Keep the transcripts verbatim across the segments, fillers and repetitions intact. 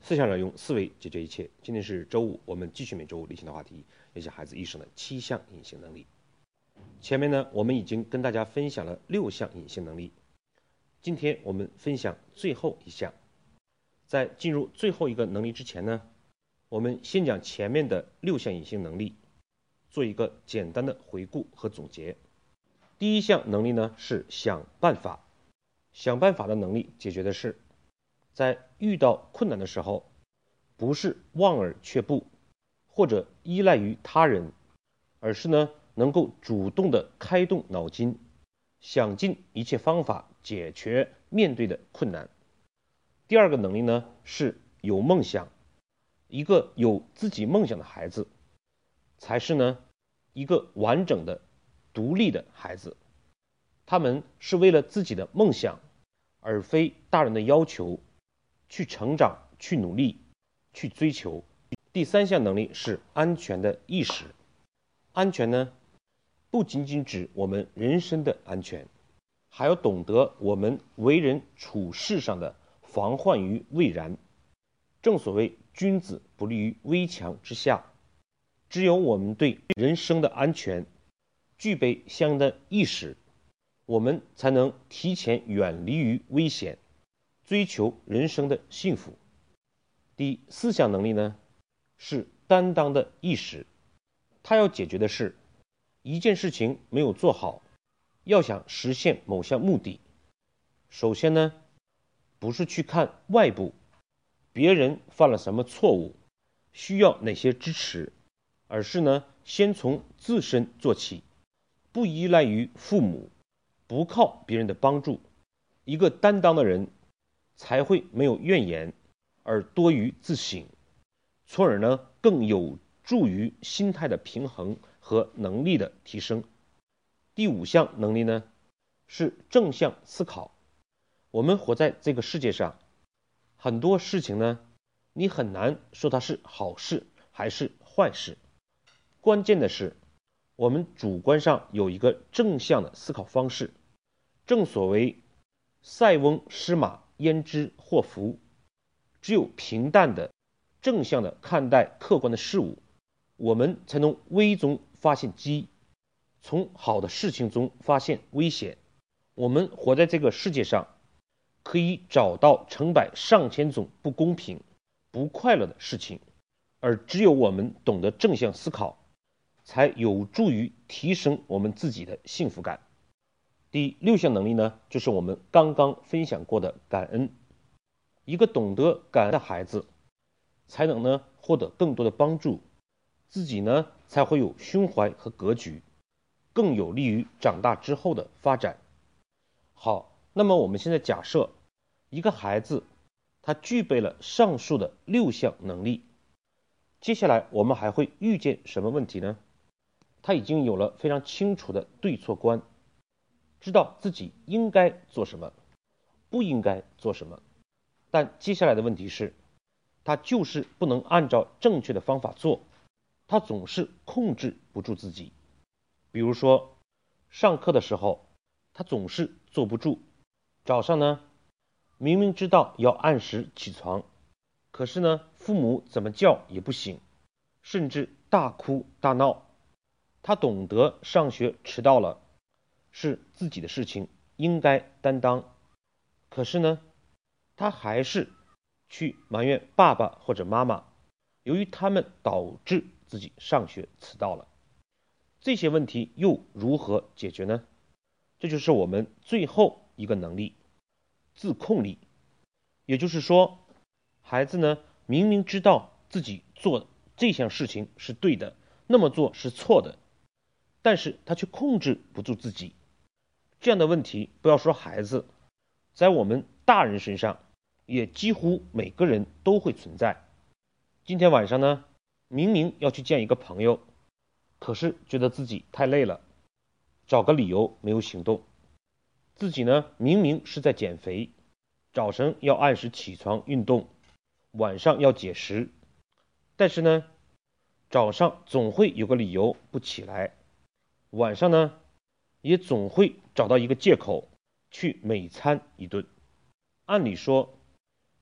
思想者用思维解决一切。今天是周五，我们继续每周五例行的话题，也是孩子一生的七项隐性能力。前面呢，我们已经跟大家分享了六项隐性能力，今天我们分享最后一项。在进入最后一个能力之前呢，我们先讲前面的六项隐性能力，做一个简单的回顾和总结。第一项能力呢是想办法，想办法的能力解决的是在遇到困难的时候，不是望而却步或者依赖于他人，而是呢能够主动的开动脑筋，想尽一切方法解决面对的困难。第二个能力呢是有梦想，一个有自己梦想的孩子才是呢一个完整的独立的孩子，他们是为了自己的梦想而非大人的要求去成长，去努力，去追求。第三项能力是安全的意识。安全呢不仅仅指我们人身的安全，还要懂得我们为人处事上的防患于未然。正所谓君子不立于危墙之下，只有我们对人生的安全具备相应的意识，我们才能提前远离于危险，追求人生的幸福。第四项能力呢是担当的意识，它要解决的是一件事情没有做好，要想实现某项目的，首先呢不是去看外部别人犯了什么错误，需要哪些支持，而是呢先从自身做起，不依赖于父母，不靠别人的帮助。一个担当的人才会没有怨言，而多于自省，从而呢更有助于心态的平衡和能力的提升。第五项能力呢是正向思考。我们活在这个世界上，很多事情呢你很难说它是好事还是坏事，关键的是我们主观上有一个正向的思考方式。正所谓塞翁失马焉知祸福，只有平淡的正向的看待客观的事物，我们才能危中发现机，从好的事情中发现危险。我们活在这个世界上，可以找到成百上千种不公平不快乐的事情，而只有我们懂得正向思考，才有助于提升我们自己的幸福感。第六项能力呢就是我们刚刚分享过的感恩。一个懂得感恩的孩子才能呢获得更多的帮助，自己呢才会有胸怀和格局，更有利于长大之后的发展。好，那么我们现在假设一个孩子他具备了上述的六项能力，接下来我们还会遇见什么问题呢？他已经有了非常清楚的对错观，知道自己应该做什么，不应该做什么。但接下来的问题是，他就是不能按照正确的方法做，他总是控制不住自己。比如说上课的时候他总是坐不住，早上呢明明知道要按时起床，可是呢父母怎么叫也不醒，甚至大哭大闹。他懂得上学迟到了是自己的事情，应该担当，可是呢他还是去埋怨爸爸或者妈妈，由于他们导致自己上学迟到了。这些问题又如何解决呢？这就是我们最后一个能力，自控力。也就是说，孩子呢明明知道自己做这项事情是对的，那么做是错的，但是他却控制不住自己。这样的问题不要说孩子，在我们大人身上也几乎每个人都会存在。今天晚上呢明明要去见一个朋友，可是觉得自己太累了，找个理由没有行动。自己呢明明是在减肥，早晨要按时起床运动，晚上要节食，但是呢早上总会有个理由不起来，晚上呢也总会找到一个借口去美餐一顿。按理说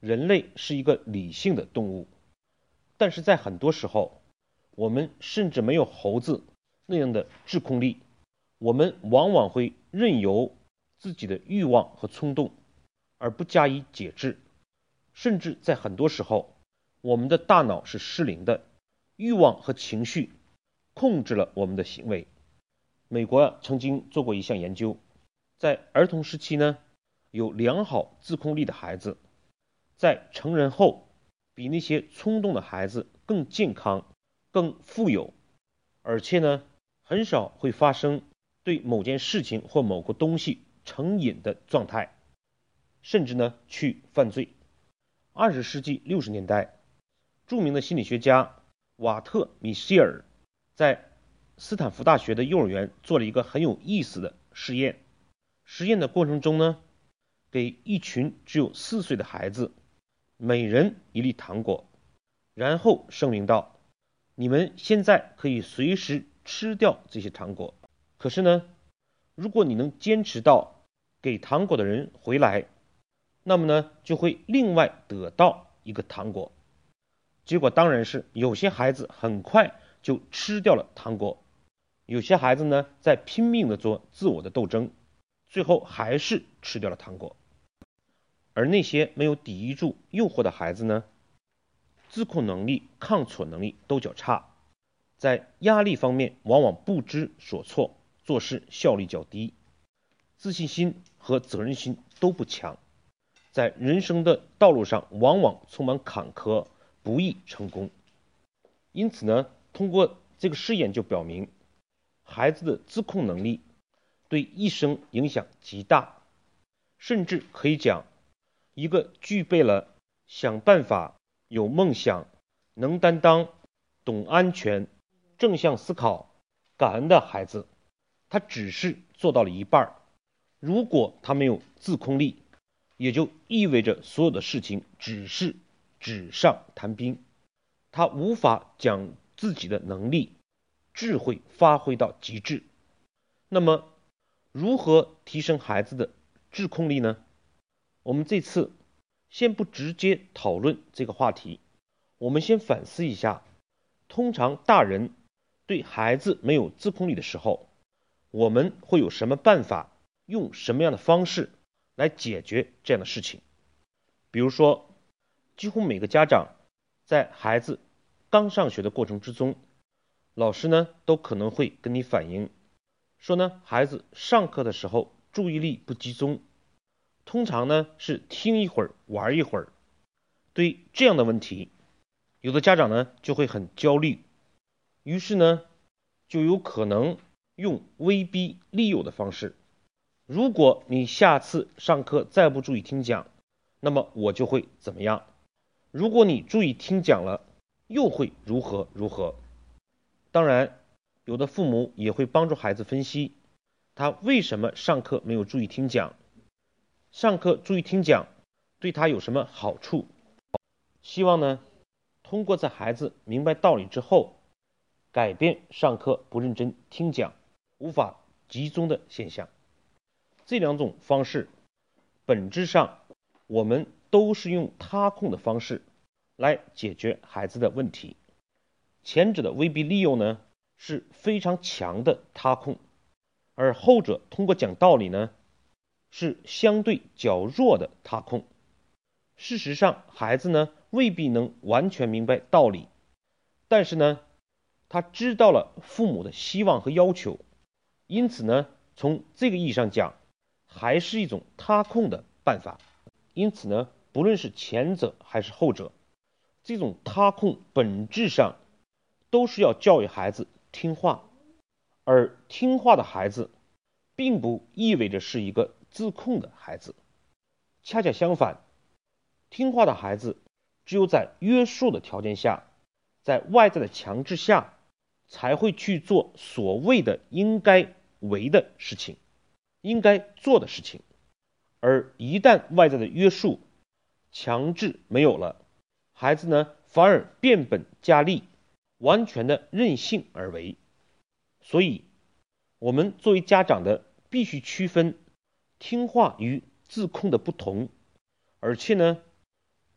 人类是一个理性的动物，但是在很多时候，我们甚至没有猴子那样的自控力，我们往往会任由自己的欲望和冲动，而不加以节制，甚至在很多时候，我们的大脑是失灵的，欲望和情绪控制了我们的行为。美国曾经做过一项研究，在儿童时期呢，有良好自控力的孩子，在成人后比那些冲动的孩子更健康、更富有，而且呢，很少会发生对某件事情或某个东西成瘾的状态，甚至呢去犯罪。二十世纪六十年代，著名的心理学家瓦特·米歇尔在斯坦福大学的幼儿园做了一个很有意思的实验。实验的过程中呢，给一群只有四岁的孩子每人一粒糖果，然后声明道：你们现在可以随时吃掉这些糖果，可是呢，如果你能坚持到给糖果的人回来，那么呢，就会另外得到一个糖果。结果当然是有些孩子很快就吃掉了糖果，有些孩子呢在拼命的做自我的斗争，最后还是吃掉了糖果。而那些没有抵御住诱惑的孩子呢，自控能力、抗挫能力都较差，在压力方面往往不知所措，做事效率较低，自信心和责任心都不强，在人生的道路上往往充满坎坷，不易成功。因此呢，通过这个试验就表明，孩子的自控能力对一生影响极大，甚至可以讲，一个具备了想办法、有梦想、能担当、懂安全、正向思考、感恩的孩子，他只是做到了一半。如果他没有自控力，也就意味着所有的事情只是纸上谈兵，他无法将自己的能力、智慧发挥到极致。那么，如何提升孩子的自控力呢？我们这次先不直接讨论这个话题，我们先反思一下，通常大人对孩子没有自控力的时候，我们会有什么办法，用什么样的方式来解决这样的事情。比如说，几乎每个家长在孩子刚上学的过程之中，老师呢都可能会跟你反映说呢，孩子上课的时候注意力不集中，通常呢是听一会儿玩一会儿。对这样的问题，有的家长呢就会很焦虑，于是呢就有可能用威逼利诱的方式，如果你下次上课再不注意听讲，那么我就会怎么样，如果你注意听讲了，又会如何如何。当然，有的父母也会帮助孩子分析他为什么上课没有注意听讲，上课注意听讲对他有什么好处，希望呢通过在孩子明白道理之后，改变上课不认真听讲、无法集中的现象。这两种方式本质上我们都是用他控的方式来解决孩子的问题。前者的威逼利诱呢是非常强的他控，而后者通过讲道理呢是相对较弱的他控。事实上，孩子呢未必能完全明白道理，但是呢他知道了父母的希望和要求，因此呢从这个意义上讲，还是一种他控的办法。因此呢，不论是前者还是后者，这种他控本质上都是要教育孩子听话，而听话的孩子并不意味着是一个自控的孩子。恰恰相反，听话的孩子只有在约束的条件下，在外在的强制下，才会去做所谓的应该为的事情，应该做的事情。而一旦外在的约束、强制没有了，孩子呢反而变本加厉，完全的任性而为。所以我们作为家长的必须区分听话与自控的不同，而且呢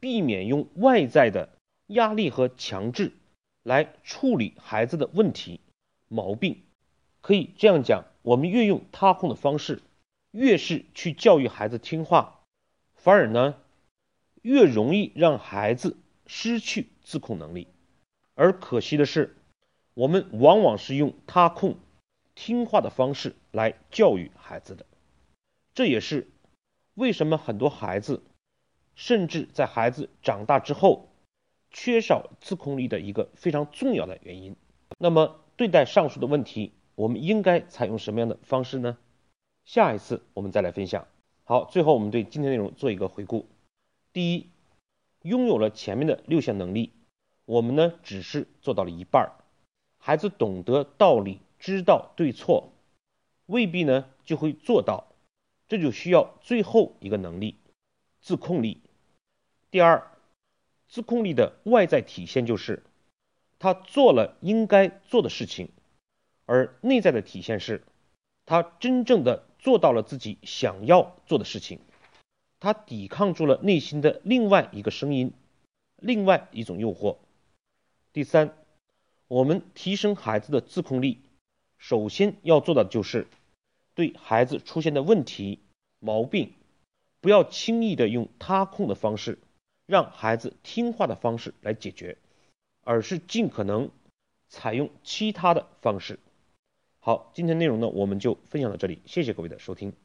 避免用外在的压力和强制来处理孩子的问题、毛病。可以这样讲，我们越用他控的方式，越是去教育孩子听话，反而呢，越容易让孩子失去自控能力。而可惜的是，我们往往是用他控、听话的方式来教育孩子的。这也是为什么很多孩子，甚至在孩子长大之后，缺少自控力的一个非常重要的原因。那么，对待上述的问题，我们应该采用什么样的方式呢？下一次我们再来分享。好，最后我们对今天内容做一个回顾。第一，拥有了前面的六项能力，我们呢只是做到了一半，孩子懂得道理，知道对错，未必呢就会做到，这就需要最后一个能力，自控力。第二，自控力的外在体现就是他做了应该做的事情，而内在的体现是他真正的做到了自己想要做的事情，他抵抗住了内心的另外一个声音，另外一种诱惑。第三，我们提升孩子的自控力，首先要做的就是对孩子出现的问题、毛病，不要轻易的用他控的方式，让孩子听话的方式来解决，而是尽可能采用其他的方式。好，今天内容呢，我们就分享到这里，谢谢各位的收听。